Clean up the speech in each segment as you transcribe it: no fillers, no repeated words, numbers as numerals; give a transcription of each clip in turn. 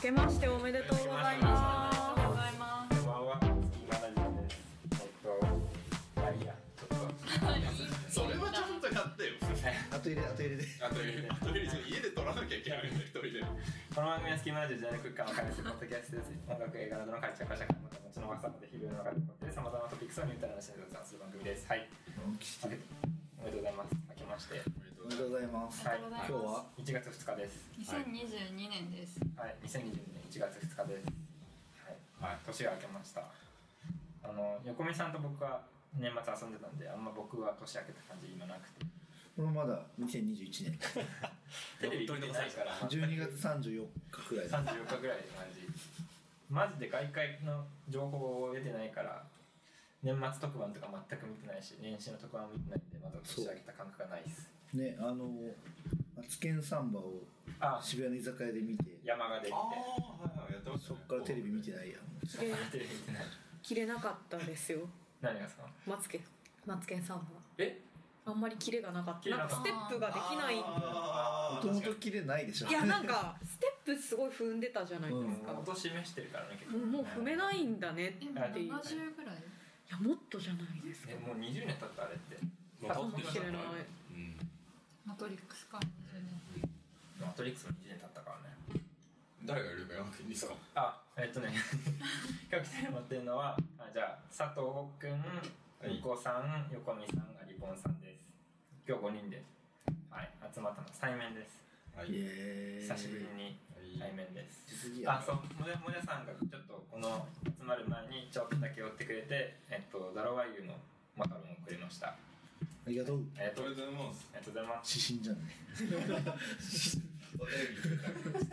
けましておめでとうございます。 こんばんは、隙間ラジオです。まあいいや、ちょっとそれはちゃんとやってよ。 後入れで家で撮らなきゃいけないんだ、一人で。 この番組は隙間ラジオジャンル空間を介するポッドキャストです。音楽、映画などのカルチャー、社会、また後の朝まで日々の中で起こっている様々なトピックスをニュートラルな視点で雑談する番組です。はい。おめでとうございます。明けまして。 おめでとうございます。 はい。 今日は 1月2日です。 2022年です。 はい。2022年1月2日です。はい。年が明けました。横見さんと僕は年末遊んでたんで、あんま僕は年明けた感じ今なくて。 これまだ2021年テレビ見てないから 12月34日くらい 34日ぐらいの感じ。マジで外界の情報を得てないから年末特番とか全く見てないし、年始の特番も見てないんでまだ年明けた感覚がないですね。マツケンサンバを渋谷の居酒屋で見て、 山ができて、 やってましたね。 そっからテレビ見てないやん。 テレビ見てない。 切れなかったですよ。 何がですか？ マツケンさんはあんまりキレがなかった。なんかステップができない。 もともとキレないでしょ。 いやなんかステップすごい踏んでたじゃないですか。 音示してるからね結構。 もう踏めないんだねっていう。 70ぐらい？ いやもっとじゃないですか。 もう20年経ったあれって。 かもしれない。 マトリックスか20年。 マトリックスも20年経ったからね。 誰がいるかやっていいですか？ 今日来てもらってるのはじゃあ佐藤くん、うこさん、横見さん、リポンさんです。今日5人で、集まったの対面です。久しぶりに対面です。もじゃさんがちょっとこの集まる前にちょっとだけ寄ってくれて、ダロワイユのマカロンをくれました。 ありがとう。 ありがとうございます。 ありがとうございます。 指針じゃないおテレビで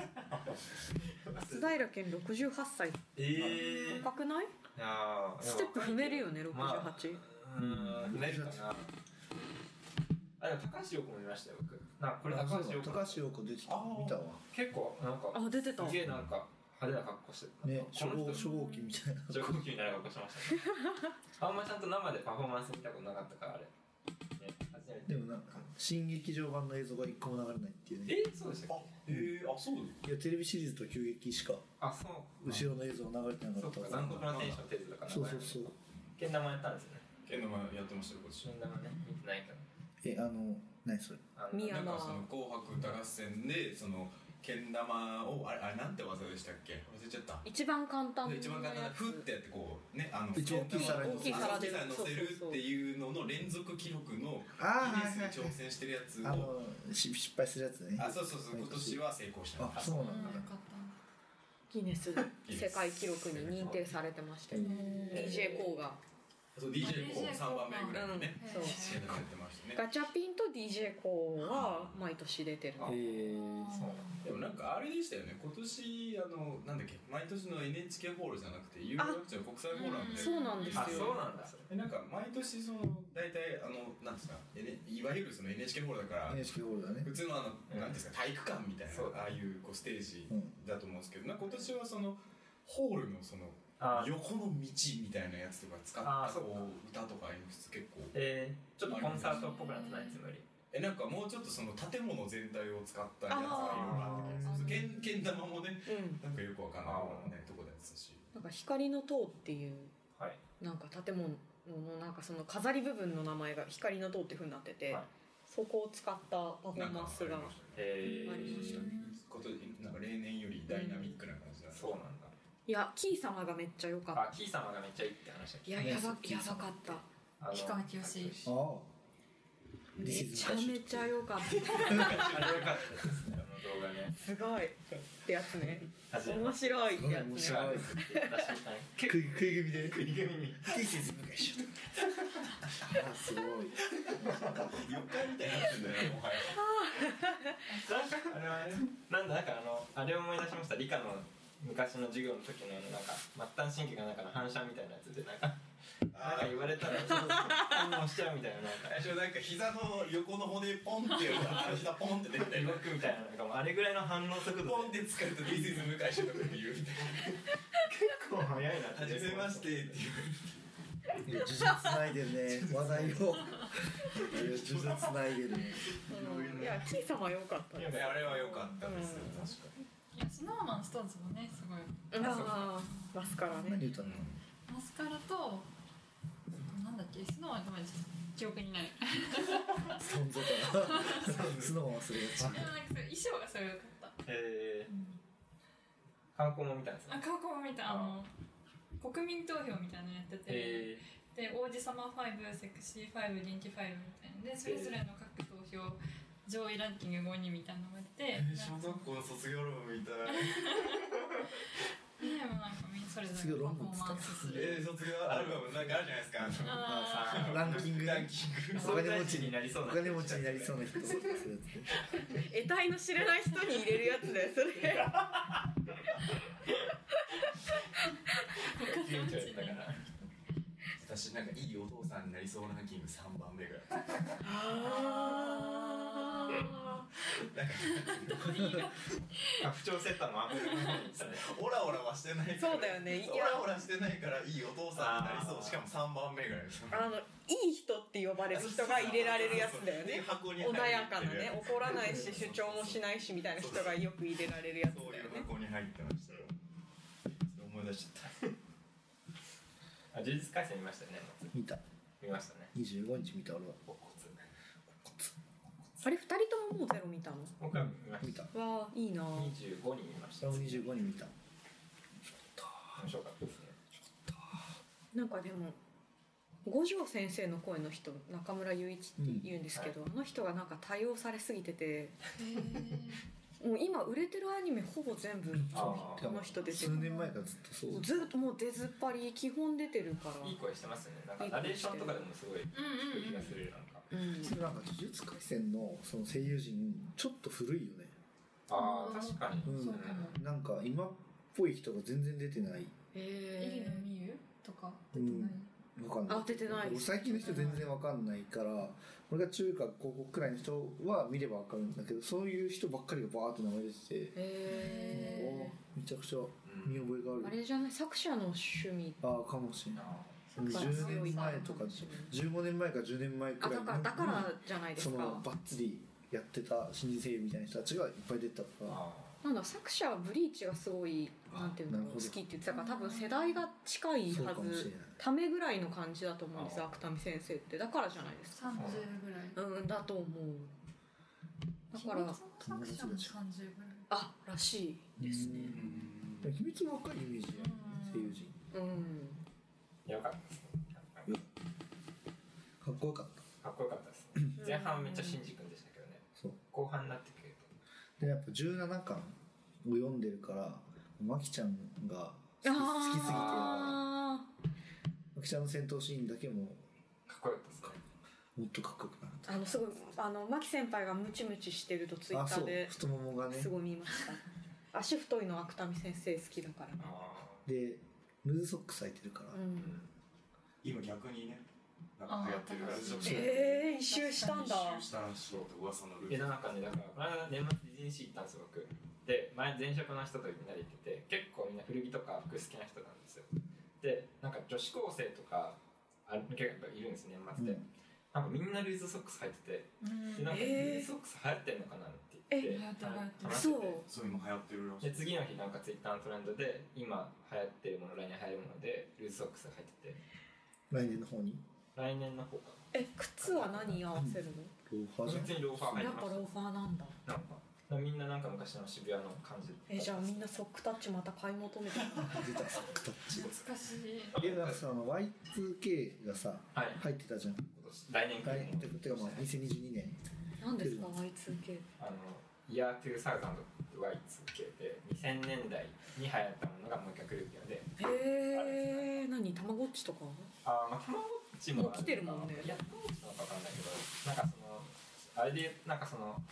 松平健68歳。若くない？ステップ踏めるよね68。 踏めるかな。でも高橋洋子も見ましたよ僕。これ高橋洋子出てた。見たわ。 結構なんか出てた。 すげえなんか派手な格好してる。 ね、初号機みたいな。 初号機みたいな格好してましたね。あんまちゃんと生でパフォーマンス見たことなかったからあれ。 でもなんか新劇場版の映像が一個も流れないっていうね。 そうでしたっけ？ そう。 いやテレビシリーズと急激しか後ろの映像が流れてなかった。 残酷なテンションテーズだから。 そう。 けん玉やったんですよね。 けん玉やってましたよこっち。 けん玉ね見てないけど。 何それ？ なんかその紅白歌合戦でそのけん玉をあれなんて技でしたっけ？忘れちゃった。 一番簡単なフってやってこうね一番大きい皿に乗せるっていうのの連続記録のギネスに挑戦してるやつを失敗するやつね。 そう今年は成功した。 そうなんだ。 ギネス世界記録に認定されてましたよ。DJ コーが。 DJ コー3番目ぐらいのね。 そう。ガチャピンと DJ コーは毎年出てる。 でもなんかあれでしたよね。今年なんだっけ毎年の NHK ホールじゃなくて有楽町国際フォーラムで。 そうなんですよ。 そうなんだ。 なんか毎年その大体なんですかいわゆるその NHK ホールだから。 NHK ホールだね。 普通のなんですか体育館みたいなああいうこうステージだと思うんですけど、今年はそのホールのその横の道みたいなやつとか使った歌とか演出結構ちょっとコンサートっぽくなってないつもり。 なんかもうちょっとその建物全体を使ったやつがいろいろあって、けん玉もね、なんかよくわかんないとこでやってたし、 なんか光の塔っていうなんか建物のなんかその飾り部分の名前が光の塔っていう風になってて、そこを使ったパフォーマンスがありましたね。 なんか例年よりダイナミックな感じだ。 そうなんだ。 いやキー様がめっちゃ良かった。 キー様がめっちゃいいって話だっけ？ いややばかった。 氷川きよし。 めちゃめちゃ良かった。 あれ良かったですね動画ね。 すごいってやつね。面白いってやつね。 食い組みで。 食い組みに。 すごい。 4回みたいになってんだよもはや。 あれはねなんかあれを思い出しました。理科の昔の授業の時のなんか末端神経がなんかの反射みたいなやつでなんか言われたら反応しちゃうみたいななんか膝の横の骨ポンってやると膝ポンって出て動くみたいななんかあれぐらいの反応速度でポンって使うと This is 向井翔とか言うみたいな。 結構早いな。 はじめましてっていう。 呪術つないでるね話題を。呪術つないでるね。 いやキー様良かったです。 あれは良かったです。確かに。 いやスノーマンストーンズもねすごい。 マスカラね。 何歌うの？ マスカラとなんだっけスノーマンごめん記憶にない。 ストーンズかスノーマン忘れがち。 なんか衣装がすごい良かった。 観光も見たんですか？ 観光も見た。国民投票みたいなのやってて、で王子様5、セクシー5、人気5みたいなでそれぞれの各投票上位ランキング5人みたいなのがあって、 小学校の卒業論文みたい。 でもなんかみんなそれぞれのパフォーマンスする。 卒業アルバムなんかあるじゃないですか。 ランキングお金持ちになりそうな人。 得体の知れない人に入れるやつだよそれ。 私なんかいいお父さんになりそうなランキング3番目ぐらい。 不調セッターのアンプルの方にオラオラはしてない。 そうだよね。 オラオラしてないからいいお父さんになりそう。しかも3番目ぐらい。 いい人って呼ばれる人が入れられるやつだよね。穏やかなね、怒らないし主張もしないしみたいな人がよく入れられるやつだよね。 そういう箱に入ってましたよ。思い出しちゃった。 呪術廻戦見ましたよね。 見ましたね。 25日見た俺は。 あれ2人とももうゼロ見たの？ 僕は見た。 わあいいな。 25人見ました。 25人見た。 面白かったですね。 なんかでも五条先生の声の人中村雄一って言うんですけど、あの人がなんか多用されすぎてて。もう今売れてるアニメほぼ全部この人出てる。 数年前からずっとそう。 ずっともう出ずっぱり基本出てるから。 いい声してますよね。なんかナレーションとかでもすごい聞く気がするなんか。 なんか呪術廻戦のその声優陣ちょっと古いよね。 ああ確かに。 なんか今っぽい人が全然出てない。 入野美優とか出てない。 わかんない。 出てない。 最近の人全然わかんないから。俺が中学高校くらいの人は見ればわかるんだけど、そういう人ばっかりがバーって名前出てて、めちゃくちゃ見覚えがある。 あれじゃない、作者の趣味。 かもしれない。10年前とか15年前か10年前くらいのだからじゃないですか。 そのバッツリやってた新人声優みたいな人たちがいっぱい出たから。 なんだ作者はブリーチがすごいなんていうの好きって言ってたから、多分世代が近いはず、ためぐらいの感じだと思うんですよ、芥見先生って。だからじゃないですか。 30ぐらい。 だと思う。だから作者も30ぐらい。 らしいですね。 秘密の若いイメージや声優陣。 よかったですね。 かっこよかった。 かっこよかったです。前半めっちゃシンジ君でしたけどね。後半になってくると。 でやっぱ17巻を読んでるからマキちゃんが好きすぎて、マキちゃんの戦闘シーンだけもかっこよかったですね。 もっとかっこよくなる。 すごいマキ先輩がムチムチしてるとツイッターで太ももがねすごい見ました。足太いの芥見先生好きだからね。 でルーズソックス履いてるから、 今逆にねなんか流行ってるから一周したんだ。 一周したらしいと噂のルーズ。 なんかね、だから年末ディズニーシー行ったんですよ僕。で前職の人とみんなで行ってて、結構みんな古着とか服好きな人なんですよ。でなんか女子高生とか結構いるんです年末で。なんかみんなルーズソックス履いてて、でなんかルーズソックス流行ってんのかなって言ってそう今流行ってるらしい。 で次の日なんかツイッターのトレンドで今流行ってるもの、来年流行るものでルーズソックス履いてて。 来年の方に？ 来年の方か。 靴は何合わせるの？ ローファーじゃん。普通にローファー履いてました。 やっぱローファーなんだ。 なんかみんななんか昔の渋谷の感じ。 じゃあみんなソックタッチまた買い求めた。 出たソックタッチ。 懐かしい。 なんかさY2K がさ、入ってたじゃん。 来年来年ってか2022年。 何ですか Y2K？ イヤー2000 Y2K で2000年代に流行ったものがもう一回来るっていうので。 何？たまごっちとか？ たまごっちも来てるもんね。 いや、たまごっちなのかわかんないけど、なんかあれでなんか昔の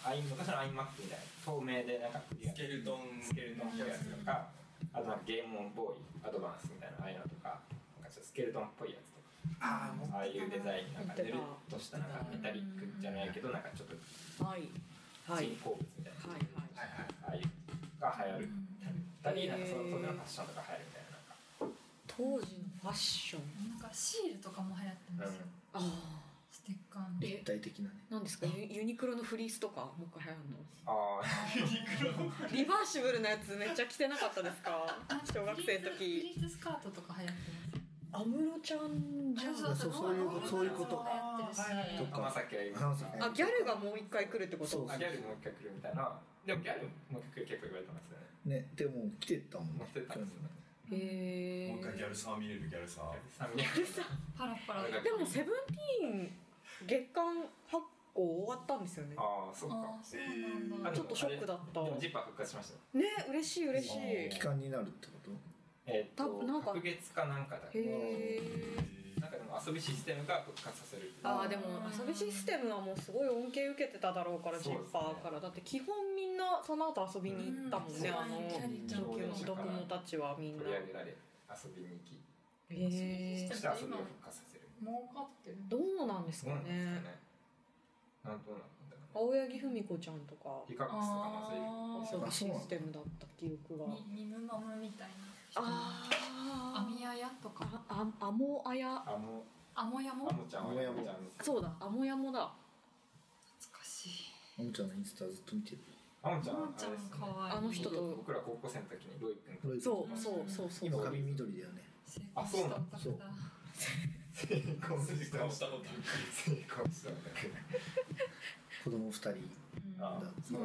iMac みたいな透明でなんかスケルトンっぽいやつとか、あとなんかゲームボーイアドバンスみたいなああいうのとか、なんかちょっとスケルトンっぽいやつとか、ああいうデザインなんかぬるっとしたなんかメタリックじゃないけどなんかちょっと人工物みたいな、ああいうが流行るたり、なんかその当時のファッションとか流行るみたいな。 当時のファッションなんかシールとかも流行ってますよ。知っテッカーの立体的なね。 なんですか、ユニクロのフリースとかもう一回流行るの？ ああ、ユニクロリバーシブルなやつめっちゃ着てなかったですか？小学生の時。 フリーススカートとか流行ってます。 安室ちゃんじゃん。 そういうこと。 流行ってるし。 とか浜崎あゆみ。 あ、ギャルがもう一回来るってこと？ あ、ギャルもう一回来るみたいな。でもギャルもう一回結構言われてますよね。 ね、でも来てたもんね。 来てたんですよね。 へえ。 もう一回ギャルサー見れるギャルサー。 パラパラ。 でもセブンティーン月間発行終わったんですよね。 ああ、そっか。 そうなんだ。 ちょっとショックだった。 でもジッパー復活しました。 ね、嬉しい嬉しい。 期間になるってこと？ なんか隔月かなんかだけど。なんかでも遊びシステムが復活させる。 ああ、でも遊びシステムはもうすごい恩恵受けてただろうから、ジッパーからだって基本みんなその後遊びに行ったもんね。上級の子供たちはみんな取り上げられ遊びに行き。 そして遊びを復活させる。 儲かってる。 どうなんですかね。 なんとなく。 青柳文子ちゃんとかリカックスとかもそういうシステムだった記憶が。 ミムマムみたいな。 ああ。アミヤヤとか。 アモアヤ。 アモヤモ。 そうだ、アモヤモだ。 懐かしい。 アモちゃんのインスタずっと見てる。 アモちゃんかわいい。 あの人と僕ら高校生の時にロイ君。 そう今髪緑だよね。 あ、そうなんだ。 そう。 成功したのだけ。 子供2人だ。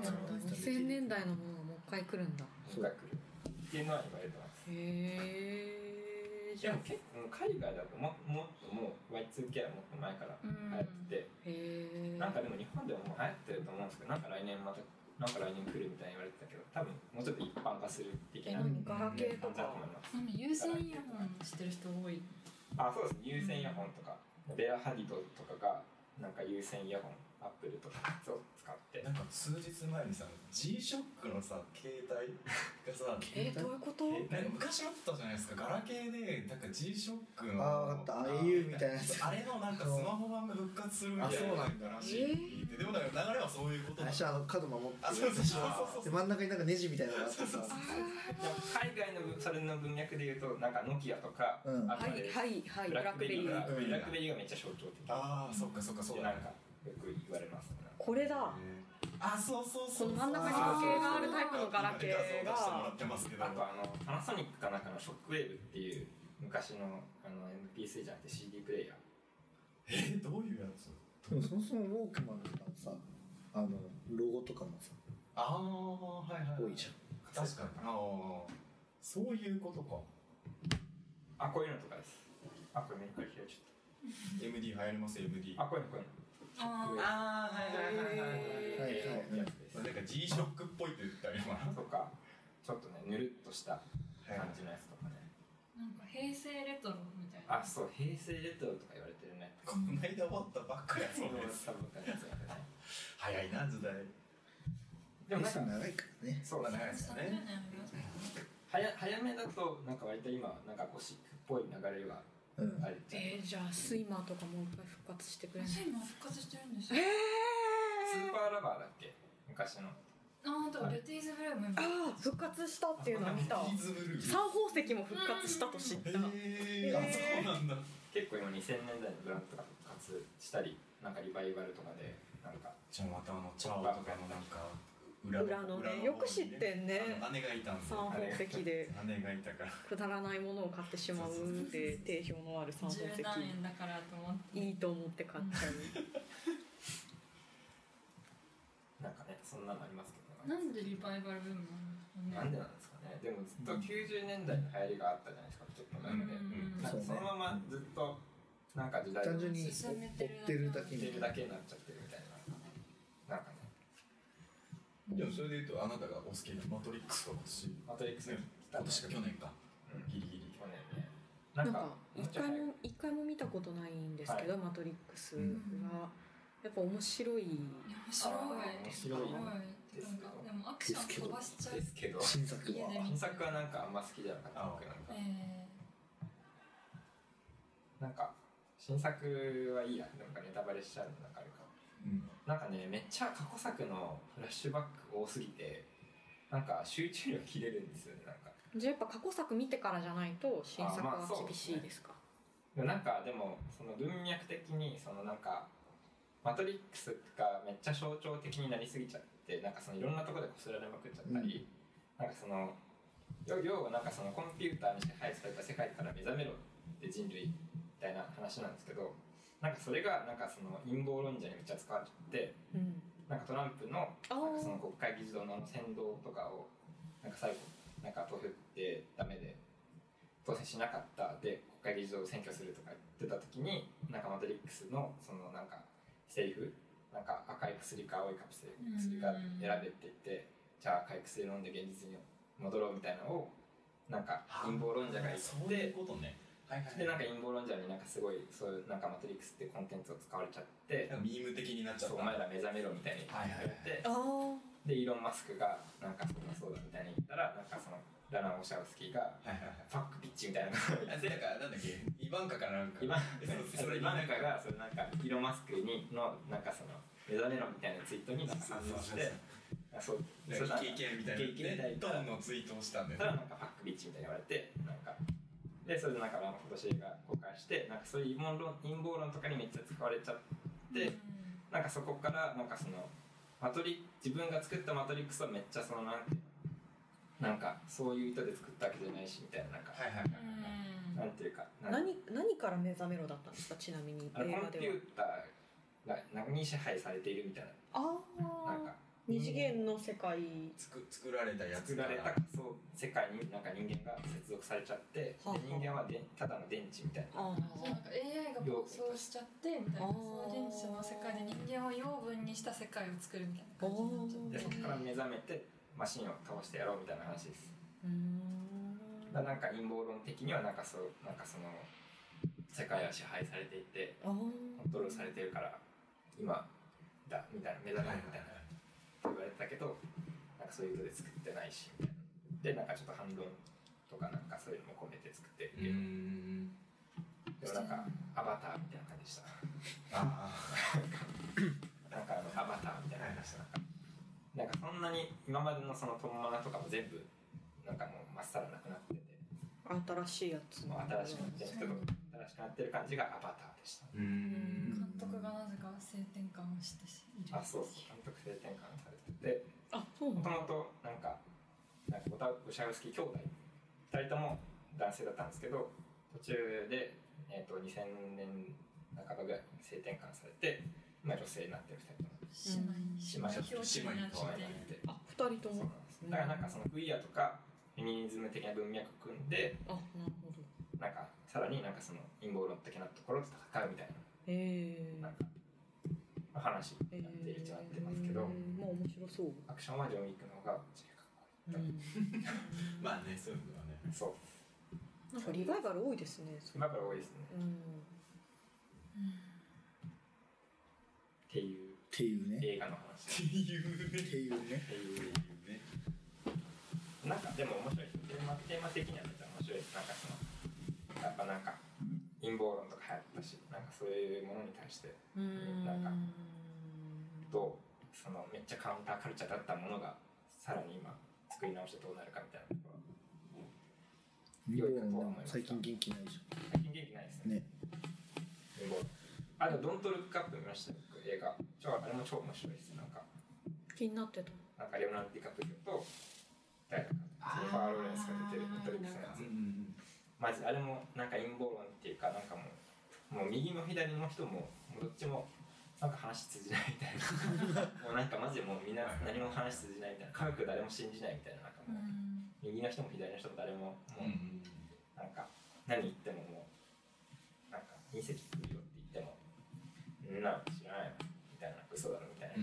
2000年代のものがもう一回来るんだ。 もう一回来る。っていうのは言われてます。 へえ。 でも結構海外だともっともう Y2K はもっと前から流行ってて、なんかでも日本でももう流行ってると思うんですけど、なんか来年来るみたいに言われてたけど、多分もうちょっと一般化する的なガラケーとか有線イヤホンしてる人多い。 あ、そうですね。有線イヤホンとかベラ・ハディドとかがなんか有線イヤホンアップルとかを使ってなんか数日前にさ G-SHOCK のさ携帯がさどういうこと？ 昔あったじゃないですか。ガラケーでなんか G-SHOCK の分かった IU みたいなやつ、 あれのなんかスマホ版が復活するみたいな話聞いて、でもだから流れはそういうことだ。 私角守ってそうで真ん中になんかネジみたいなのがあってさ、 海外のそれの文脈で言うとなんかノキアとか、あとブラックベリーがめっちゃ象徴的。 ああ、そっかそっかそうだ。 なんかよく言われますね。 これだ。 あ、そうこの真ん中に時計があるタイプのガラケーが。 あとパナソニックかなんかのショックウェーブっていう昔のMP3 じゃなくて CD プレイヤー。どういうやつ？ でもそもそもウォークマンとかさ、ロゴとかもさ、多いじゃん。 確かに。そういうことか。 あ、こういうのとかです。あ、これメニューから開いちゃった。 MD 流行ります MD。 あ、こういうの。 ああ、はいなんか G-SHOCK っぽいって言ったよ今とか、ちょっとねぬるっとした感じのやつとかね。 なんか平成レトロみたいな。 あ、そう、平成レトロとか言われてるね。 この間終わったばっかりやつもね。早いな時代。 でも長いからね。 そうだね。早めだとなんか割と今なんかゴシックっぽい流れがある。 じゃあスイマーとかもう一回復活してくれない？ スイマー復活してるんですよ。 スーパーラバーだっけ昔の。 あとレティーズブルーも今復活したっていうのを見た。三宝石も復活したと知った。 そうなんだ。 結構今2000年代のブランドが復活したり、なんかリバイバルとかでなんか。 じゃあまたチャオとかのなんか。 裏のね、よく知ってんね。 姉がいたんで。 三宝石で姉がいたからくだらないものを買ってしまうで定評のある三宝石。 10何円だからと思っていいと思って買っちゃう。 なんかね、そんなのありますけど。 なんでリバイバルブームなんでなんですかね。でもずっと90年代の流行りがあったじゃないですか。ちょっと前まで。そのままずっとなんか時代単純に追ってるだけになっちゃってるみたいな。なんかね。 でもそれでいうとあなたがお好きなマトリックスはマトリックス今年か去年か、ギリギリ去年ね。 なんか一回も見たことないんですけど、マトリックスはやっぱ面白いですよ。でもアクション飛ばしちゃうですけど、 新作はなんかあんま好きじゃなかった僕なんか。なんか新作はいいや、なんかネタバレしちゃうのなんかあるか。なんかね、めっちゃ過去作のフラッシュバック多すぎてなんか集中力切れるんですよね。なんかじゃあやっぱ過去作見てからじゃないと新作は厳しいですか？ なんかでもその文脈的にそのなんかマトリックスがめっちゃ象徴的になりすぎちゃって、なんかそのいろんなところでこすられまくっちゃったり、なんかその要はなんかそのコンピューターに支配された世界から目覚めろって人類みたいな話なんですけど、なんかそれがなんかその陰謀論者にめっちゃ使われちゃって、なんかトランプのなんかその国会議事堂の先導とかをなんか最後なんか投票ってダメで当選しなかったで国会議事堂を占拠するとか言ってた時に、なんかマトリックスのそのなんかセリフ、なんか赤い薬か青い薬が選べって言って、じゃあ赤い薬飲んで現実に戻ろうみたいなのをなんか陰謀論者が言って、 そういうことね。 でなんか陰謀論者になんかすごいそういうなんかマトリックスってコンテンツを使われちゃって、 ミーム的になっちゃった。 お前ら目覚めろみたいに言って、でイーロン・マスクがなんかそうだみたいに言ったら、なんかそのラナ・オシャウスキーがファックピッチみたいななんだっけイバンカかなんかイバンカがそれなんかイーロン・マスクにのなんかその目覚めろみたいなツイートになんか反応して、そうイケイケみたいなトーンのツイートをしたんだよね。 たらなんかファックピッチみたいに言われて、なんかでそれでなんか今年が公開して、なんかそういう陰謀論とかにめっちゃ使われちゃって、なんかそこからなんかその自分が作ったマトリックスはめっちゃそのなんていうの、なんかそういう意図で作ったわけじゃないしみたいな、なんかなんていうか何から目覚めろだったんですか、ちなみに映画では。コンピューターが何に支配されているみたいな、なんか二次元の世界作られたやつ作られた世界になんか人間が接続されちゃって、で人間はただの電池みたいな、 なんか AI が暴走しちゃってみたいな、その電池の世界で人間を養分にした世界を作るみたいな感じになっちゃって、 でそこから目覚めてマシンを倒してやろうみたいな話です。なんか陰謀論的にはなんかその世界は支配されていてコントロールされてるから今だみたいな、目覚めるみたいな言われてたけど、なんかそういう意図で作ってないしみたいな。でなんかちょっと反論とかなんかそういうのも込めて作ってるけど、でもなんかアバターみたいな感じでした。なんかアバターみたいな感じでした。なんかそんなに今までのそのトンマナとかも全部なんかもうまっさらなくなってて、 新しいやつも新しくなってるけど、新しくなってる感じがアバターでした。 監督がなぜか性転換をしている。 そう監督性転換されてて、もともとなんかウシャウスキー兄弟2人とも男性だったんですけど、途中で、2000年半ばぐらいに性転換されて、今女性になってる2人とも姉妹になって 2人とも。 だからなんかそのクイアとかフェミニズム的な文脈を組んで、 なるほど。 なんかさらになんかその陰謀論的なところと戦うみたいな、なんか話になって一応なってますけど、 もう面白そう。 アクションはジョン・ウィックの方がかっこいい。 まあね、そういうのはね。 そう。 なんかリバイバル多いですね。 リバイバル多いですね。っていうね映画の話。 っていうね。 なんかでも面白いです。テーマ的にはめっちゃ面白いです。なんかそのやっぱなんか陰謀論とか流行ったし、なんかそういうものに対してなんかどうそのめっちゃカウンターカルチャーだったものがさらに今作り直してどうなるかみたいなところは良いかとは思います。 最近元気ないでしょ。 最近元気ないですね。陰謀論。でもドントルックアップ見ましたよ、映画。あれも超面白いです。なんか気になってた。 なんかレオナルド・ディカプリオと誰だかジェニファー・ローレンスが出てるマトリックスのやつ。マジあれもなんか陰謀論っていうか、なんかもう右も左の人もどっちもなんか話通じないみたいなもうなんかマジでもうみんな何も話通じないみたいな、科学誰も信じないみたいな、なんかもう右の人も左の人も誰ももうなんか何言ってももうなんか隕石来るよって言ってもなん知らないみたいな、嘘だろみたいな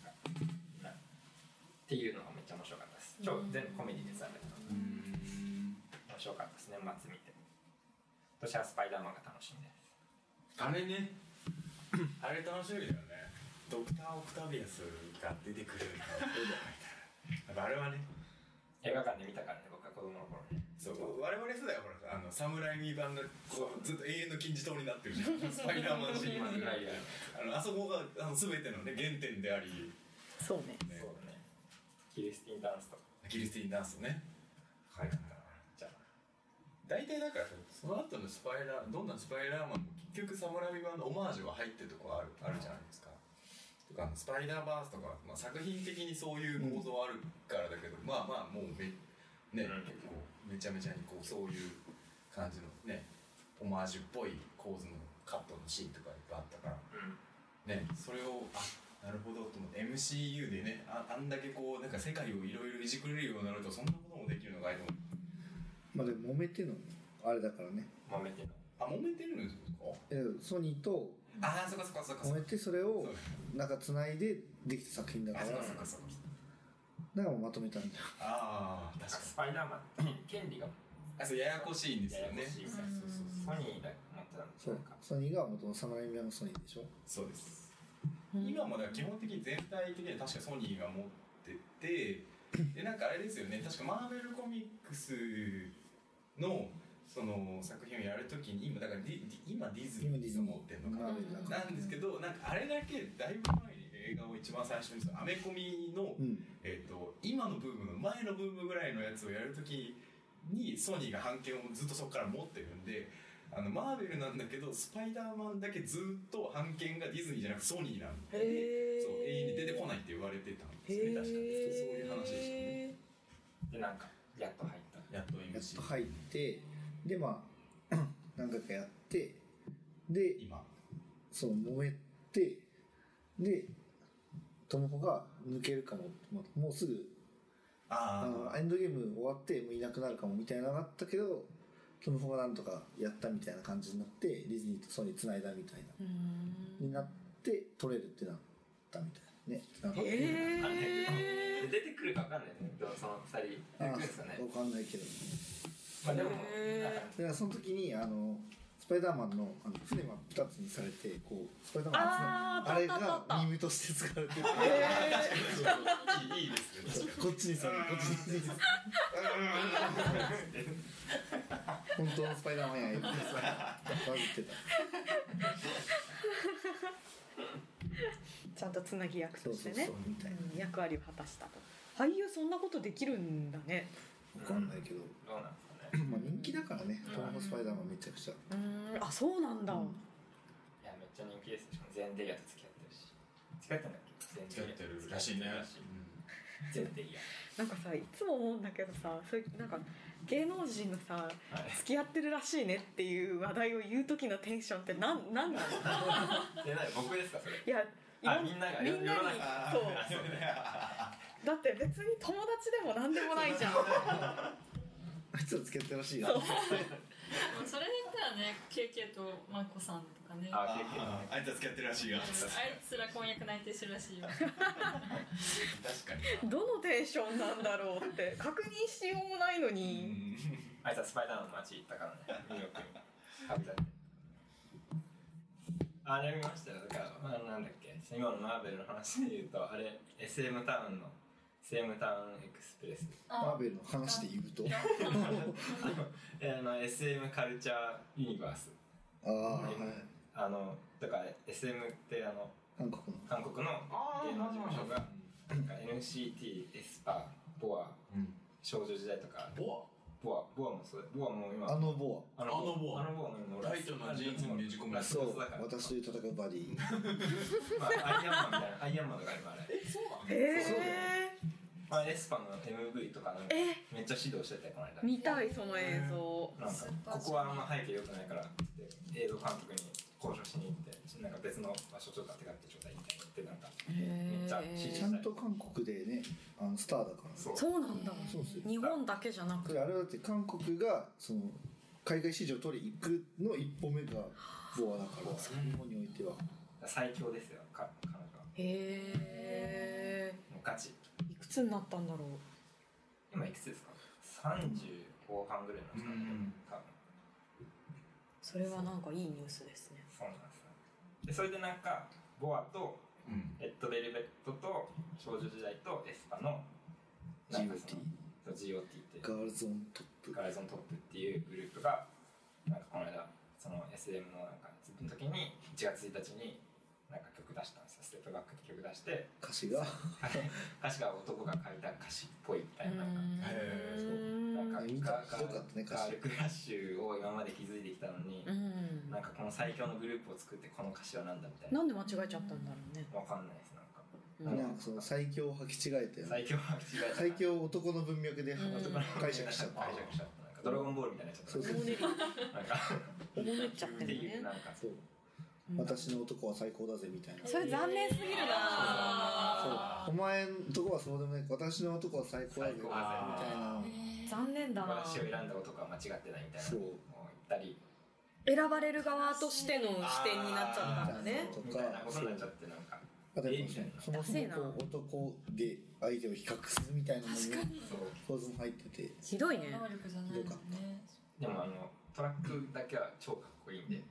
っていうのがめっちゃ面白かったです。全部コメディですあれ。面白かったです。年末見て。今年はスパイダーマンが楽しみです。 あれね、あれ楽しみだよね。ドクター・オクタビアスが出てくるみたいな。あれはね、 映画館で見たからね、僕は子供の頃ね。 そう我々世代はほらサムライミ版がこうずっと永遠の金字塔になってるじゃん。スパイダーマンシリーズがあそこが全てのね原点であり、 そうね。 そうだね。キリスティンダンスとか。 キリスティンダンスね。はい。じゃあ大体だからその後のどんなスパイダーマンも結局サムライミ版のオマージュは入ってるとこあるじゃないですか。 とかスパイダーバースとか、まあ、作品的にそういう構造あるからだけど、まあもう結構めちゃめちゃにこうそういう感じのねオマージュっぽい構図のカットのシーンとかいっぱいあったから、ね、それをなるほどと思って MCU でねあんだけこうなんか世界をいろいろいじくれるようになるとそんなこともできるのかいと思って。 まあでも揉めてのあれだからね。 揉めての。 揉めてるんですか？ ソニーとそっか揉めてそれをなんか繋いでできた作品だから。だからまとめたんだよ。 確かに。スパイダーマン権利がそうややこしいんですよね。 ソニーが持ってたんですよ。 ソニーが元のサムライミアのソニーでしょ。 そうです。今も基本的に全体的には確かソニーが持ってて、でなんかあれですよね。確かマーベルコミックスのその作品をやるときに今だから今ディズニーが持ってるのかな、なんですけど、なんかあれだけだいぶ前に映画を一番最初にアメコミの、今のブームの前のブームぐらいのやつをやるときにソニーが版権をずっとそこから持ってるんで、マーベルなんだけどスパイダーマンだけずっと版権がディズニーじゃなくソニーなんで、そう永遠に出てこないって言われてたんですね。確かにそういう話でしたね。 でなんかやっと入った。 やっと入って。でまあ何回かやってで今そう揉めてでトモホが抜けるかも、もうすぐエンドゲーム終わってもういなくなるかもみたいなのがあったけどトモホがなんとかやったみたいな感じになってディズニーとソニー繋いだみたいなになって取れるってなったみたいなね。なんか出てくるか分かんないね。その2人出てくるんですかね。 分かんないけど。 まあでもその時にスパイダーマンの船が2つにされてこうスパイダーマンのあれがミームとして使われてて、 いいですね。 こっちにされてこっちに本当のスパイダーマンやバズってた。 ちゃんとつなぎ役としてねそうみたいな役割を果たしたと。俳優そんなことできるんだね。 分かんないけど、 どうなんですかね。 まあ人気だからね、トムホスパイダーマンめちゃくちゃ。 あ、そうなんだ。いやめっちゃ人気です。しかもゼンデイヤと付き合ってるし。付き合ってんだっけ？ 付き合ってるらしいね。 ゼンデイヤ。 なんかさいつも思うんだけどさ、そういうなんか芸能人のさ、付き合ってるらしいねっていう話題を言う時のテンションってなんなの？ 僕ですかそれ？ いや。 みんなにそうだって別に友達でも何でもないじゃん。 あいつら付き合ってほしいな。 それで言ったらね、KK とマコさんとかね。 あいつら付き合ってるらしいよ。 あいつら婚約内定するらしいよ。 確かに。 どのテンションなんだろうって確認しようもないのに。 あいつはスパイダーマンの街行ったからね。ニューヨークに。あれ見ましたよ。だからなんだっけ。今のマーベルの話で言うとあれ SM タウンエクスプレス。 マーベルの話で言うと SM カルチャーユニバース。だから SM って韓国の芸能事務所がNCT、エスパー、ボア、少女時代とか。ボアもそう。ボアも今ボアライトのジーンズのミュージコンだ。 そう私と戦うバディ。 アイアンマンみたいなアイアンマンとか今あれ。 そうなの？ エスパの MV とかめっちゃ指導しててこの間。 見たいその映像。 なんかここはあんま背景良くないからって映像監督に交渉しに行ってなんか別の場所ちょっと手がってちょうだいみたいに言ってなんかめっちゃちゃんと韓国でねスターだから。 そうなんだ。日本だけじゃなくてあれだって韓国がその海外市場取り行くの一歩目がボアだから日本においては最強ですよ彼女は。ガチ。 いくつになったんだろう。 今いくつですか？30後半ぐらいの人なんで多分。 それはなんかいいニュースですね。 そうなんですよ。でそれでなんかボアとレッドベルベットと少女時代とエスパの GOT ってガールズオントップっていうグループがなんかこの間その SM のなんかの時に1月1日になんか曲出したんですよ。ステップトバックって曲出して歌詞が男が書いた歌詞っぽいみたいななんかガールクラッシュを今まで築いてきたのになんかこの最強のグループを作ってこの歌詞はなんだみたいな。 なんで間違えちゃったんだろうね。 わかんないです。 なんかその最強を履き違えて最強男の文脈で解釈しちゃった。 ドラゴンボールみたいなやつ。そうなんかおもねっちゃってるね。 なんかそう。 私の男は最高だぜみたいな。 それ残念すぎるな。 そう。お前の男はそうでもない。私の男は最高だぜみたいな。 残念だな。 私を選んだ男は間違ってないみたいな。そう。言ったり。 選ばれる側としての視点になっちゃったんだね。 みたいなことになっちゃってなんか。 そもそも男で相手を比較するみたいな構図も入っててひどいね。 能力じゃないですね。 でもトラックだけは超かっこいいんで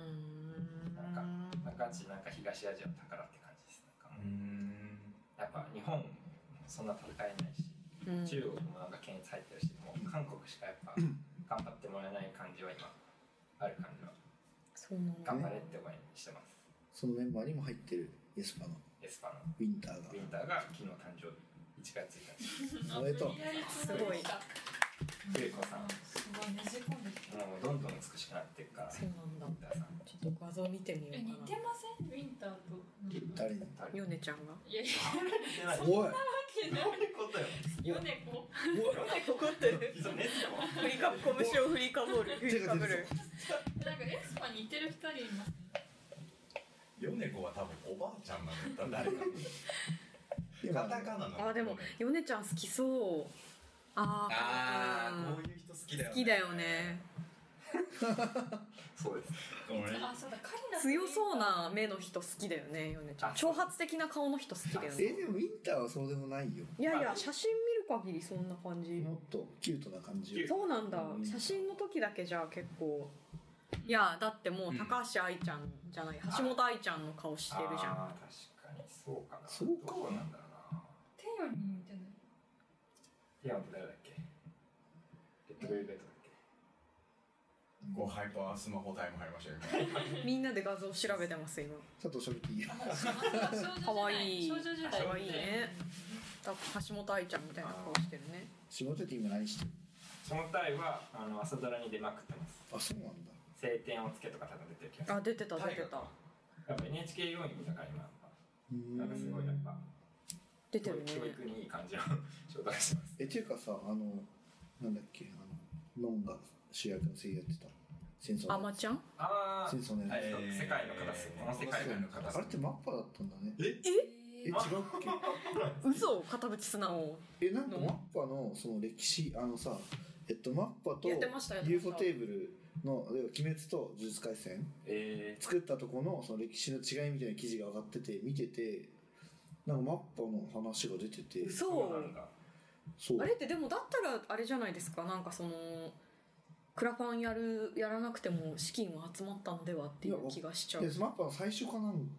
なんか東アジアの宝って感じです。やっぱ日本そんな戦えないし、中国もなんか検閲入ってるし、もう韓国しかやっぱ頑張ってもらえない感じは今ある感じは。頑張れって思いにしてます。 そのメンバーにも入ってるエスパのウィンターが昨日誕生日1月1日。 おめでとう。 すごい。 ゆうこさん。 すごいねじ込んできた。 もうどんどん美しくなっていくから。 そうなんだ。ちょっと画像見てみようかな。 似てません？ウィンターと。 誰に？ ヨネちゃんが。 いやおい。 ヨネコってる。拳を振りかぶる。 なんかエスパに似てる2人いますね。 ヨネコは多分おばあちゃんなんだった誰かカタカナの。 でもヨネちゃん好きそう。こういう人好きだよね。 好きだよね。 そうです。 そうだ、 強そうな目の人好きだよね、ヨネちゃん。挑発的な顔の人好きだよね。 でもウィンターはそうでもないよ。 いやいや、写真見る限りそんな感じ。 もっとキュートな感じ。 そうなんだ。写真の時だけじゃ結構。いやだってもう高橋愛ちゃんじゃない、橋本愛ちゃんの顔してるじゃん。 確かにそうかな。 そうかなんだろうな。 テヨに似てない。 テヨンって誰だっけ？レッドベルベットだっけ？ ハイパースマホタイム入りましたよ。 みんなで画像調べてます今。 佐藤喋っていいよ。 かわいい。かわいいね。橋本愛ちゃんみたいな顔してるね。 下手って今何してる？ 下手愛は朝ドラに出まくってます。 そうなんだ。 晴天をつけとか多分出てる気がする。 出てた。 やっぱ NHK 要員だから今なんかすごいやっぱ出てるね。 教育にいい感じの仕事がしてます。 っていうかさなんだっけノンが主役の声優やってた戦争の。 あまちゃん？ 戦争のやつ。 世界の片隅。この世界の片隅。 あれってマッパだったんだね。違うっけ？嘘？片渕素直。 なんかマッパのその歴史マッパと UFO テーブルの鬼滅と呪術廻戦作ったとこのその歴史の違いみたいな記事が上がってて見てて、なんかマッパの話が出てて。 そうあれってでもだったらあれじゃないですか、なんかそのクラファンやらなくても資金は集まったのではっていう気がしちゃう。 マッパの最初かなんか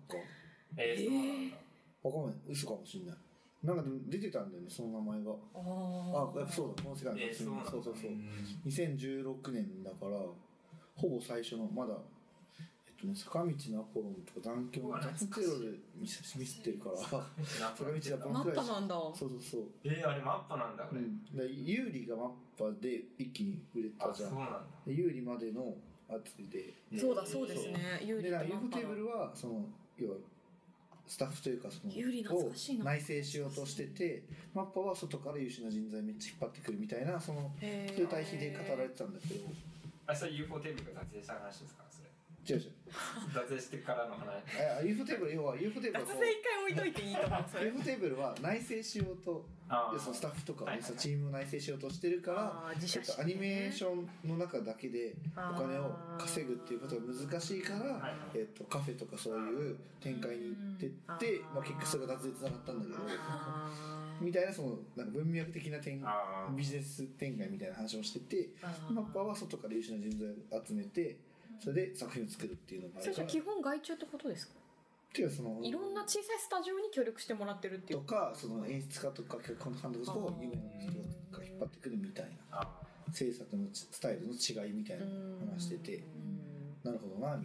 わかんない、嘘かもしんない。なんか出てたんだよねその名前が。やっぱそうだ、この世界の片隅。そう2016年だからほぼ最初のまだ坂道のアポロンとか残響のゼロでミスってるから坂道のアポロンくらい。 マッパなんだ。 そうあれマッパなんだこれ。 ユーリがマッパで一気に売れたじゃん。ユーリまでのやつで。 そうですね。ユーリとマッパ。 ユーフテーブルはその要はスタッフというかそのを内製しようとしてて、マッパは外から優秀な人材めっちゃ引っ張ってくるみたいなそういう対比で語られてたんだけど。 それ UFO テーブルが撮影した話ですかそれ？ 違う撮影してからの話。 UFO テーブル要は UFO テーブル脱税一回置いといていいと思う。 UFO テーブルは内製しようとそのスタッフとかチームを内製しようとしてるからアニメーションの中だけでお金を稼ぐっていうことが難しいからカフェとかそういう展開に行ってって結局それが脱税つながったんだけどみたいなそのなんか文脈的なビジネス展開みたいな話をしてて、マッパーは外から優秀な人材を集めてそれで作品を作るっていうのがあるから。 それ基本外注ってことですか？ っていうそのいろんな小さいスタジオに協力してもらってるっていうとか、その演出家とか脚本監督とか有名な人が引っ張ってくるみたいな制作のスタイルの違いみたいな話してて、なるほどなみたいな。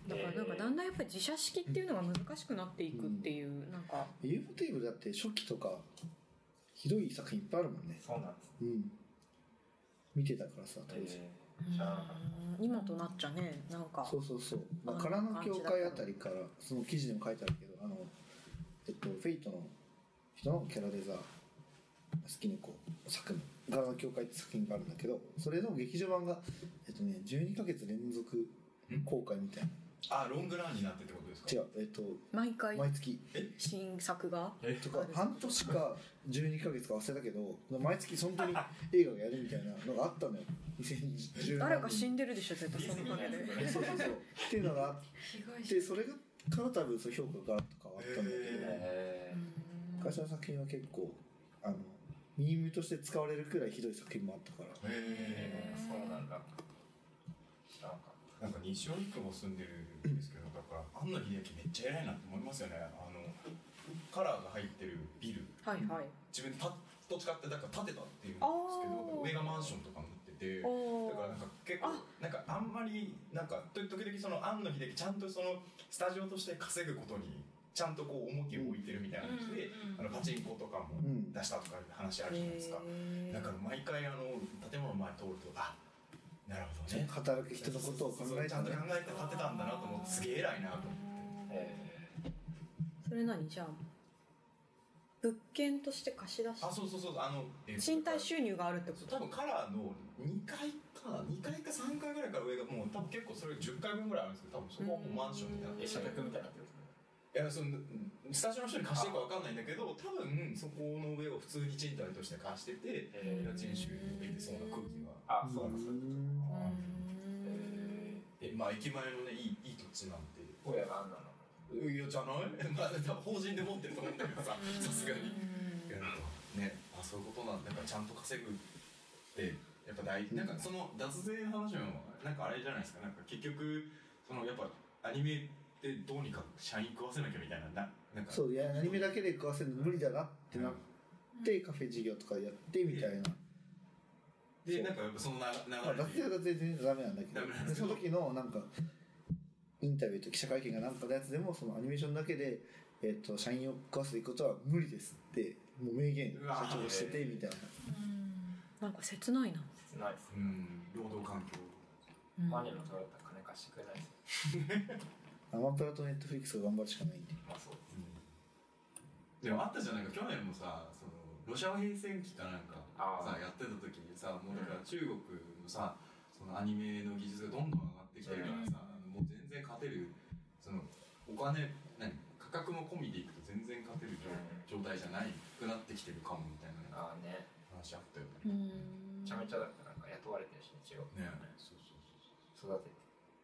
だからなんかだんだんやっぱり自社式っていうのが難しくなっていくっていう、なんか UFO テーブルだって初期とかひどい作品いっぱいあるもんね。 そうなんです、 見てたからさ当時、 今となっちゃね、なんかそう、空の教会あたりからその記事でも書いてあるけど、フェイトの人のキャラデザ好き猫作品空の教会って作品があるんだけど、それの劇場版が12ヶ月連続公開みたいな。 ロングランになってってことですか？ 違う、 毎回毎月新作がとか半年か12ヶ月か忘れたけど、毎月本当に映画がやるみたいなのがあったのよ。2010年誰か死んでるでしょ絶対その陰で。 そうっていうのがあって、それから多分その評価がガラッと変わったんだけど、会社の作品は結構ミームとして使われるくらいひどい作品もあったから。 そうなんだ。 なんか西荻窪住んでるんですけど、だから庵野秀明めっちゃ偉いなって思いますよね。カラーが入ってるビル、自分で土地買ってだから建てたっていうんですけど、上がマンションとかになってて、だからなんか結構なんかあんまりなんか時々その庵野秀明ちゃんとそのスタジオとして稼ぐことにちゃんとこう重きを置いてるみたいな感じで、パチンコとかも出したとか話あるじゃないですか。だから毎回建物の前通るとなるほどね、 働く人のことを考えてちゃんと考えて建てたんだなと思って、すげえ偉いなと思って。 それ何じゃあ物件として貸し出し、 そう賃貸収入があるってこと？ 多分カラーの2階か3階ぐらいから上がもう多分結構それ10階分ぐらいあるんですけど、多分そこはもうマンションになって社宅みたいになってる。 いや、スタジオの人に貸してるか分かんないんだけど、多分そこの上を普通に賃貸として貸してて、家賃収入出てそうな空気が。 そうなんですよ。 まあ駅前のね、いい土地なんて。 親があんなの。 いや、じゃない？まあ多分法人で持ってると思うんだけどさ、さすがに。やるとね、そういうことなんだからちゃんと稼ぐってやっぱ大事。なんかその脱税の話もなんかあれじゃないですか。なんか結局そのやっぱアニメでどうにか社員食わせなきゃみたいな、なんかそう、いやアニメだけで食わせるの無理だなってなって、カフェ事業とかやってみたいな。 でなんかやっぱその流れ脱税は全然ダメなんだけど、でその時のなんかインタビューと記者会見がなんかのやつでも、そのアニメーションだけで社員を食わせていくことは無理ですってもう明言社長しててみたいな。なんか切ないな。 切ないです。 労働環境。 マニアの取られたら金貸してくれないです。 アマプラとネットフリックスが頑張るしかないんで。 そうです。 でもあったじゃないか、去年もさ、そのロシア平戦期かなんかさやってた時にさ、もうだから中国のさ、そのアニメの技術がどんどん上がってきてるからさ、もう全然勝てる、そのお金価格も込みでいくと全然勝てる状態じゃないくなってきてるかもみたいな話あったよね。 めちゃめちゃだったらなんか雇われてるし、一応ね、そう育てて。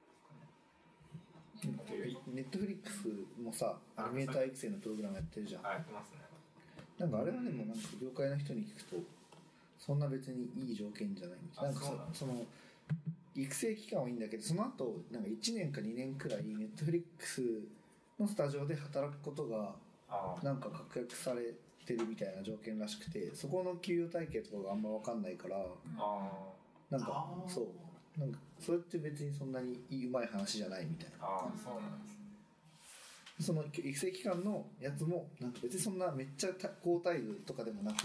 ネットフリックスもさ、アニメーター育成のプログラムやってるじゃん。 やってますね。 なんかあれはでもなんか業界の人に聞くとそんな別にいい条件じゃないみたいな。なんかその育成期間はいいんだけど、その後なんか1年か2年くらいネットフリックスのスタジオで働くことがなんか確約されてるみたいな条件らしくて、そこの給与体系とかがあんま分かんないから、なんかそうなんかそれって別にそんなにうまい話じゃないみたいな。 そうなんです。 その育成期間のやつもなんか別にそんなめっちゃ高待遇とかでもなくって、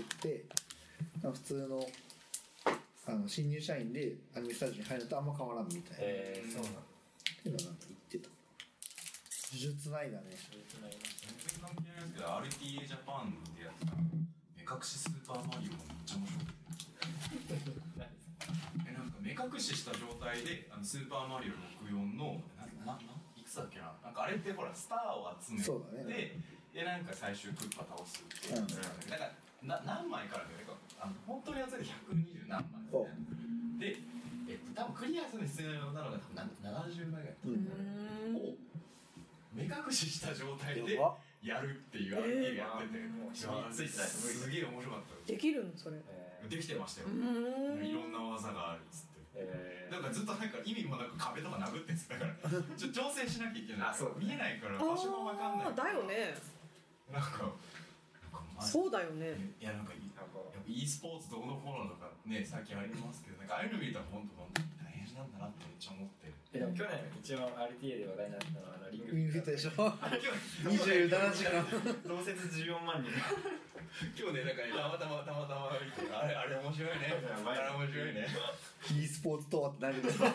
普通の新入社員でアニメスタジオに入るとあんま変わらんみたいな。 そうなんっていうのはなんか言ってた。呪術ないだね。 全然関係ないですけど、RTA ジャパンでやった目隠しスーパーマリオもめっちゃ面白くてなんか目隠しした状態でスーパーマリオ64のいくつだっけな、なんかあれってほらスターを集めて、ね、でなんか最終クッパ倒すっていうやつなんだけど、なんか何枚からね、本当に集めて120何枚で、多分クリアするの必要なのが多分70枚ぐらいを目隠しした状態でやるっていう RP やってて、すげえ面白かった。 できるのそれ？ できてましたよ。いろんな技があるっつって。だからずっとなんか意味もなく壁とか殴ってんす。だから調整しなきゃいけない。見えないから場所が分かんない。 だよね。 なんかそうだよね。 いやなんかやっぱ e スポーツどこのこうなのかね、最近ありますけど、なんかああいうの見ると本当大変なんだなってめっちゃ思って。 でも去年一番 RTA で話題になったのはリングフィットでしょ。27時間同説14万人。 今日ね、なんかね、たまたまあれ面白いね。あれ面白いね。 e スポーツとはって何ですか。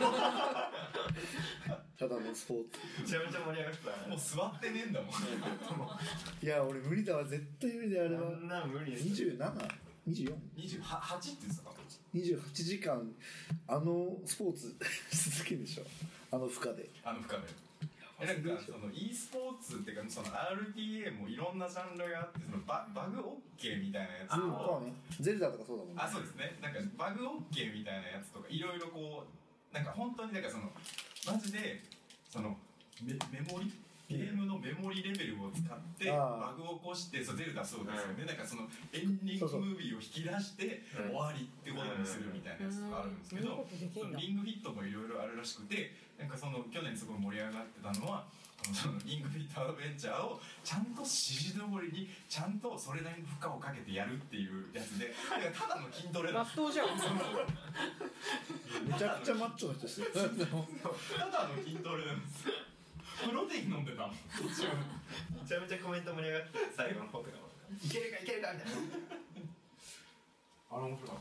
ただのスポーツ。 めちゃめちゃ盛り上がった。 もう座ってねえんだもん。 いや俺無理だわ、絶対無理だあれは。 そんな無理です。 27、24、 28って言ってたか。 28時間スポーツし続けるでしょ。負荷で。 なんかその e スポーツっていうかその RTA もいろんなジャンルがあってそのバグ OK みたいなやつと、ね、ゼルダとかそうだもんね。 そうですね。なんかバグ OK みたいなやつとかいろいろこうなんか本当になんかそのマジでそのメモリゲームのメモリレベルを使ってバグを起こしてゼルダそうですよね。なんかそのエンディングムービーを引き出して終わりってことにするみたいなやつがあるんですけど、リングフィットもいろいろあるらしくて、なんかその去年すごい盛り上がってたのはそのリングフィットアドベンチャーをちゃんと指示通りにちゃんとそれなりの負荷をかけてやるっていうやつで、ただの筋トレ納豆じゃん。 めちゃくちゃマッチョな人ですよ。ただの筋トレなんですよ。プロテイン飲んでたの途中。 めちゃめちゃコメント盛り上がって最後の方とかいけるかみたいな。 あれ面白かった。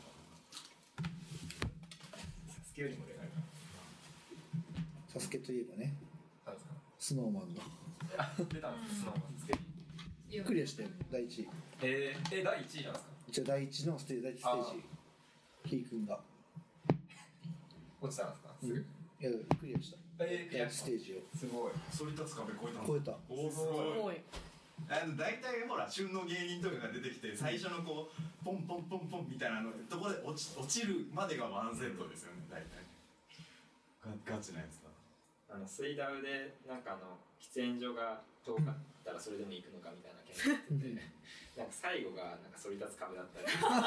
サスケよりも盛り上がる。 サスケといえばね、スノーマンの出たんですスノーマンつけクリアして第1位。 第1位なんですか。 一応第1の第1ステージヒー君が落ちたんですか。すぐいやクリアした。第1ステージをすごい。 それ立つ壁超えたの。 超えた。 おおすごい。大体ほら旬の芸人とかが出てきて最初のこうポンポンポンポンみたいなのところで落ちるまでがワンセットですよね大体。ガチなやつだ。 水ダウでなんか喫煙所が遠かったらそれでも行くのかみたいな件があっててなんか最後がなんか反り立つ壁だったり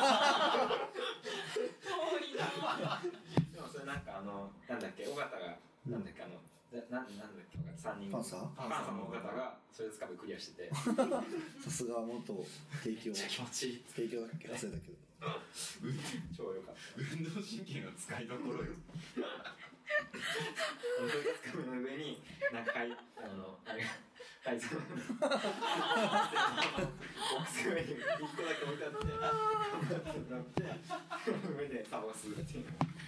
でもそれなんかなんだっけ尾形がなんだっけなんだっけ3人パンサーの尾形がそれで壁クリアしててさすが元提供気持ちいい提供だっけ忘れたけど超良かった。 運動神経の使いどころよ。 本当に壁の上になんかはいそのボックス上に1個だけ置いてあって上でタバコ吸うっていう。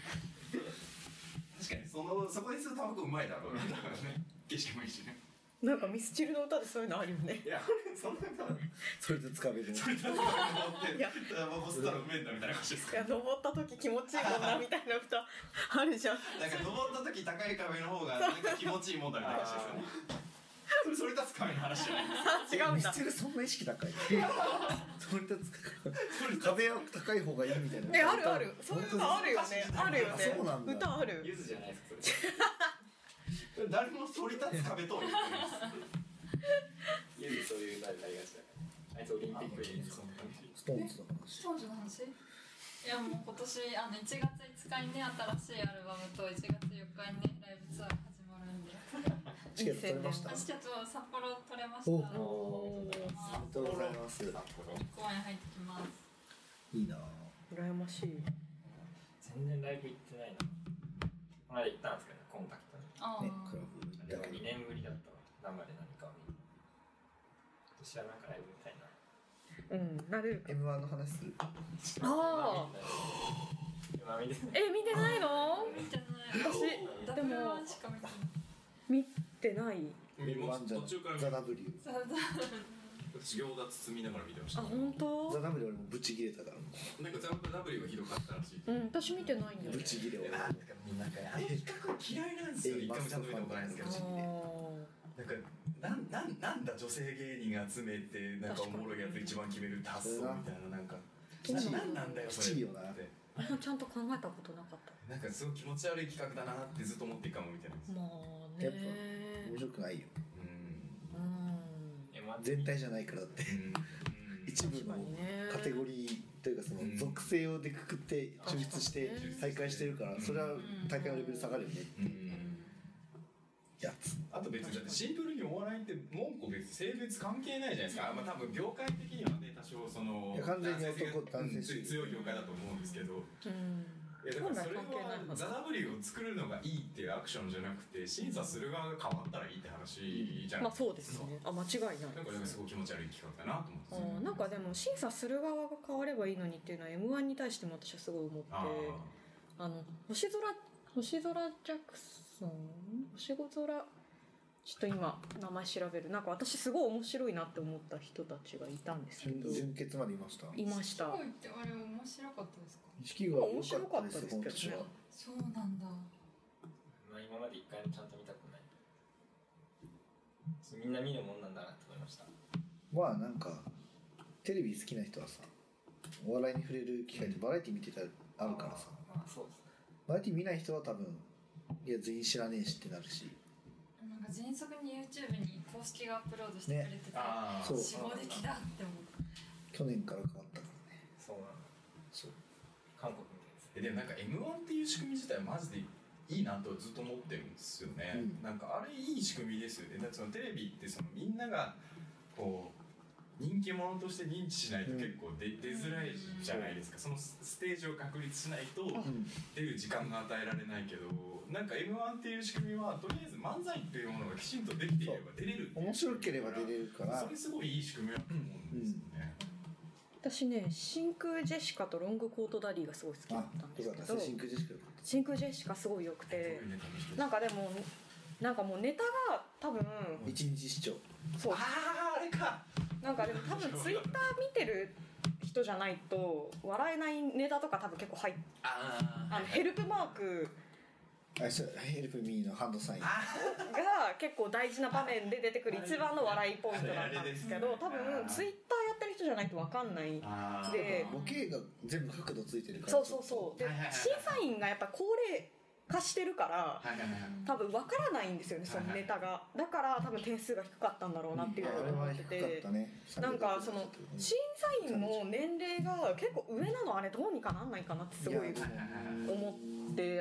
確かにそこでするタバコうまいだろうね。景色もいいしね。 なんかミスチルの歌でそういうのあるよね。 いやそんな歌それでつかめる。 それでつかめるってタバコ吸ったらうめえんだみたいな感じですか。 いや登った時気持ちいいもんなみたいな歌あるじゃん。 なんか登った時高い壁の方がなんか気持ちいいもんだみたいな感じですよね。それ立つ壁の話じゃないです。 違うんだ。 ミスチルそんな意識高い。それ立つ壁は高い方がいいみたいな。 あるそういう歌あるよね。あるよね。 そうなんだ。 歌ある。 ゆずじゃないですかそれ。 誰も反り立つ壁とは言ってないです。 ゆずそういう歌でありがちだから。あいつオリンピックにストーンズの話。 ストーンズの話？いやもう今年1月5日にね新しいアルバムと1月4日にねライブツアー始まるんで。 チケット取れました。 チケット札幌取れました。 おお。ありがとうございます。 1公演入ってきます。 いいな。 羨ましい。 全然ライブ行ってないな。この間行ったんですけどねコンタクトに。 ねクラブ。 でも2年ぶりだったわ生で何かを見る。今年はなんかライブみたいな。 なる。 M1 の話する。 ああ。 今見てない。 見てないの？ 見てない。 私でもしか見てない。 見てない。 途中からザ・ W。 私餃子包みながら見てました。 本当？ ザ・ W 俺もブチ切れたから。 なんかザ・ W がひどかったらしい。 私見てないんだよ。 ブチ切れを。 なんかみんな企画嫌いなんですよ。一回もちゃんと見たことないんですけど。なんだ女性芸人が集めてなんかおもろいやつ一番決める発想みたいななんかなんだよそれ。 ちゃんと考えたことなかった。 なんかすごい気持ち悪い企画だなってずっと思っていいかもみたいな。 まあね。 面白くないよ。 うん。 全体じゃないからって。一部のカテゴリーというかその属性をでくくって抽出して大会してるからそれは大会のレベル下がるよねってやつ。 あと別にだってシンプルにお笑いって文句別性別関係ないじゃないですか。まあ多分業界的にはね多少その完全に男男性強い業界だと思うんですけど、 いやだからそれは7W を作るのがいいっていうアクションじゃなくて審査する側が変わったらいいって話じゃないですか。 まあそうですね。あ、間違いない。 なんかすごい気持ち悪い企画だなと思って、 なんかでも審査する側が変わればいいのにっていうのは M1 に対しても私はすごい思って、星空ジャクソン星空ちょっと今名前調べる。なんか私すごい面白いなって思った人たちがいたんですけど。 準決までいました。 いました。 あれ面白かったですか？ 錦鯉面白かったですけどね。 そうなんだ。 まあ今まで一回もちゃんと見たことない。みんな見るもんなんだなと思いました。 まあなんかテレビ好きな人はさ、お笑いに触れる機会でバラエティ見てたらあるからさ。 まあそうですね。 バラエティ見ない人は多分いや全員知らねえしってなるし。 なんか迅速に YouTube に公式がアップロードしてくれてて、 そう死亡的だって思う。 去年から変わったからね。 そうなんだ。 そう。 韓国みたいです。 でもなんか M1 っていう仕組み自体はマジでいいなとずっと思ってるんですよね、なんかあれいい仕組みですよね。だってそのテレビってそのみんながこう人気者として認知しないと結構出づらいじゃないですか、そのステージを確立しないと出る時間が与えられないけど、なんか M1 っていう仕組みはとりあえず漫才っていうものがきちんとできていれば出れる、 面白ければ出れるからそれすごいいい仕組みだと思うんですよね、 私ね、真空ジェシカとロングコートダディがすごい好きだったんですけど、真空ジェシカすごい良くて、なんかでもなんかもうネタが多分一日視聴、 そう、 あれか、 なんかでも多分ツイッター見てる人じゃないと笑えないネタとか多分結構入って、ヘルプマークヘルプミーのハンドサインが結構大事な場面で出てくる一番の笑いポイントだったんですけど、多分ツイッターやってる人じゃないと分かんないで、 ボケが全部角度ついてるから、 そうで、審査員がやっぱ高齢化してるから多分分からないんですよね、そのネタが。だから多分点数が低かったんだろうなっていうのを思ってて、なんかその審査員の年齢が結構上なの、あれどうにかなんないかなってすごい思って、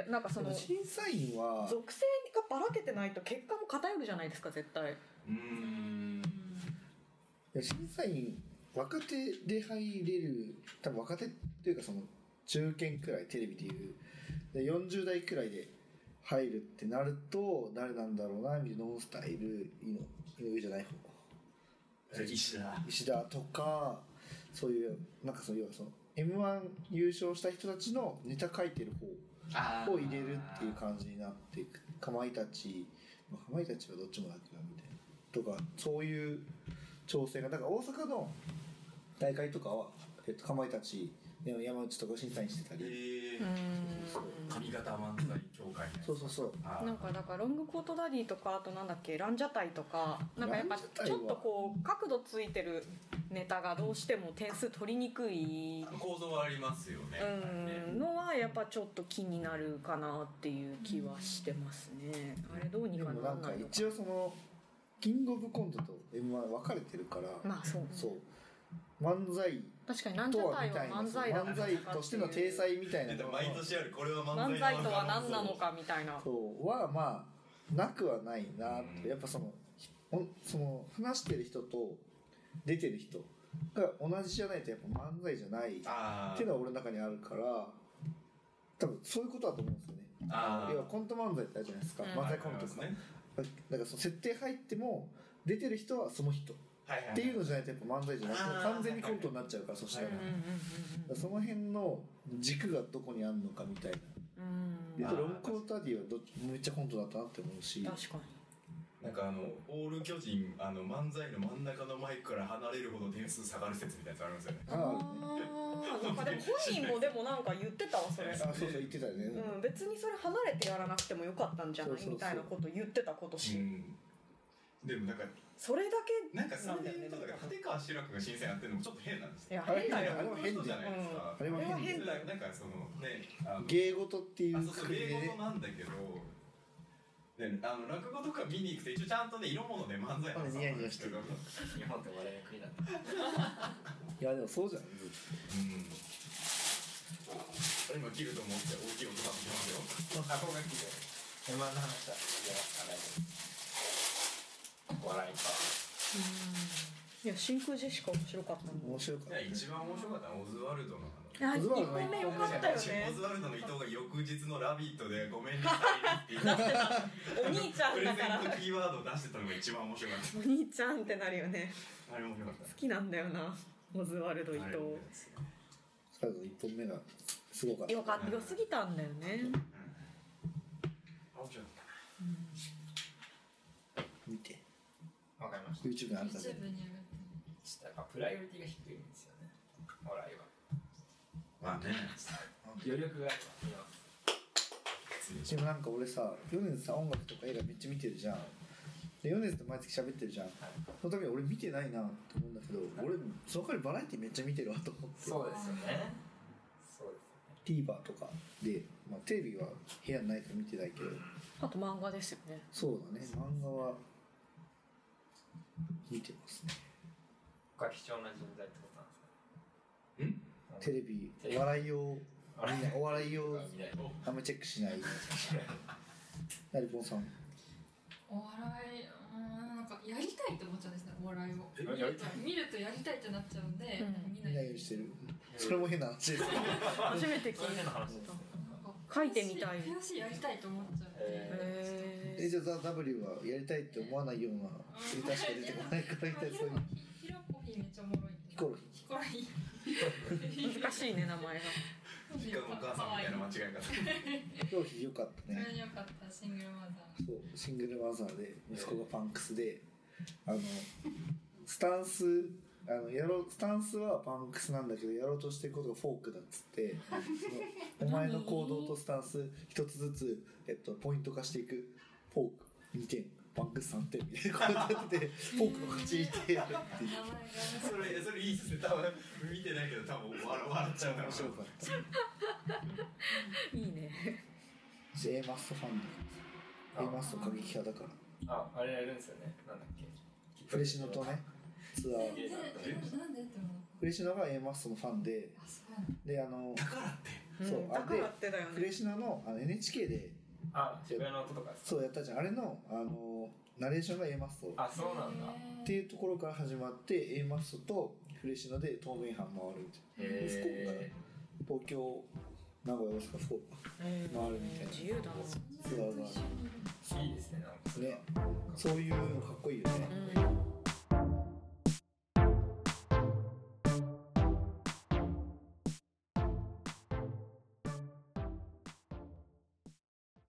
なんかその審査員は属性がばらけてないと結果も偏るじゃないですか絶対。 審査員若手で入れる、多分若手っていうかその中堅くらい、テレビでいうで40代くらいで入るってなると誰なんだろうな、みたいな。ノンスタイル井上じゃない方、石田とか、そういうなんかそういうその M1 優勝した人たちのネタ書いてる方を入れるっていう感じになっていく。かまいたちはどっちもだけどみたいなとか、そういう調整が、だから大阪の大会とかは、かまいたち山内とか審査員してたり、 髪型漫才協会、 そうなんかだからロングコートダディとか、あとなんだっけ、ランジャタイとか、なんかやっぱちょっとこう角度ついてるネタがどうしても点数取りにくい構造はありますよね、 のはやっぱちょっと気になるかなっていう気はしてますね。あれどうにかならないのか。 一応そのキングオブコントと M1 分かれてるから、 まあそう漫才確かにランジャタイは漫才だ漫才としての体裁みたいなのが毎年ある、これは漫才とは何なのかみたいなはまあなくはないなと、やっぱその話してる人と出てる人が同じじゃないとやっぱ漫才じゃないっていうのは俺の中にあるから、多分そういうことだと思うんですよね。要はコント漫才ってあるじゃないですか、漫才コントとか、だからその設定入っても出てる人はその人っていうのじゃないとやっぱ漫才じゃなくて完全にコントになっちゃうから、そしたらその辺の軸がどこにあるのかみたいな。ロングコートダディはめっちゃコントだったなって思うし、 確かになんかオール巨人漫才の真ん中のマイクから離れるほど点数下がる説みたいなやつありますよね。 なんかでも本人もでもなんか言ってたわそれ。 そう言ってたよね。 別にそれ離れてやらなくてもよかったんじゃないみたいなこと言ってた今年。 でもなんかそれだけなんかそれで言うと立川志らくが審査やってるのもちょっと変なんですよ。 いや変だよ。 あれも変じゃないですか。 あれは変だよ。 なんかそのね芸事っていう芸事なんだけど。で落語とか見に行くと一応ちゃんとね色物で漫才のニヤニヤしてる。 日本って笑いの国だった。 いやでもそうじゃんずっと。今切ると思って大きい音が聞きますよ。 箱が切る。M1 の話は言えますかね。笑いか。 いや真空ジェシカ面白かったの。 面白かった。 一番面白かったのはオズワルドの 1本目良かったよね。 オズワルドの伊藤が翌日のラビットでごめんなさいって言ってお兄ちゃんだからプレゼントキーワードを出してたのが一番面白かった。 お兄ちゃんってなるよね。 あれ面白かった。 好きなんだよなオズワルド伊藤。 最後1本目がすごかった。 良すぎたんだよね。 面白かった。 見て。 わかりました。 YouTube にあるから。 ちょっとやっぱプライオリティが低いんですよね。ホラーは。 まあね。 余力があるわ。見ます。 でもなんか俺さ、米津さん音楽とか映画めっちゃ見てるじゃん。で米津と毎月喋ってるじゃん。そのために俺見てないなって思うんだけど、俺その代わりバラエティめっちゃ見てるわと思って。 そうですよね。そうですよね。TVer とかで、まあテレビは部屋にないから見てないけど。 あと漫画ですよね。 そうだね。漫画は見てますね。 他貴重な人材ってことなんですか？ テレビお笑いをお笑いをあんまチェックしない。なりぽんさん。 お笑いなんかやりたいと思っちゃうんですね。お笑いを見るとやりたいってなっちゃうんで、 見ないようにしてる。それも変な話です。 初めて聞いた話。書いてみたい。 悔しいやりたいと思っちゃって。 じゃあ W はやりたいって思わないようなネタしか出てこないからみたいな。そういう。 ヒロポヒめっちゃおもろい。 ヒコロヒ。 難しいね名前が。 実家のお母さんみたいな間違い方。 ヒコロヒ良かったね。 良かったシングルマザー。 そうシングルマザーで息子がパンクスでスタンスはパンクスなんだけどやろうとしてることがフォークだっつってお前の行動とスタンス一つずつ、ポイント化していく。フォーク2点パンクス3点みたいなことやっててフォークの口にてやるっていうそれいいっすね。多分見てないけど多分笑っちゃうから面白かったいいね。 A マッソファンで A マッソ過激派だから。 あれやるんですよね。なんだっけ。 フレシノとねツアー。 なんでって思う。 フレシノが A マッソのファンで、でだからってそうだからってだよね。 フレシノのNHK で渋谷の音とかそうやったじゃん。あれのナレーションが A マッソ。 そうなんだ。 っていうところから始まって A マッソとフレシノで透明版回る。福岡東京名古屋大阪福岡回るみたいな自由だな。 ツアーがいいですね。なんかね、そういうのかっこいいよね。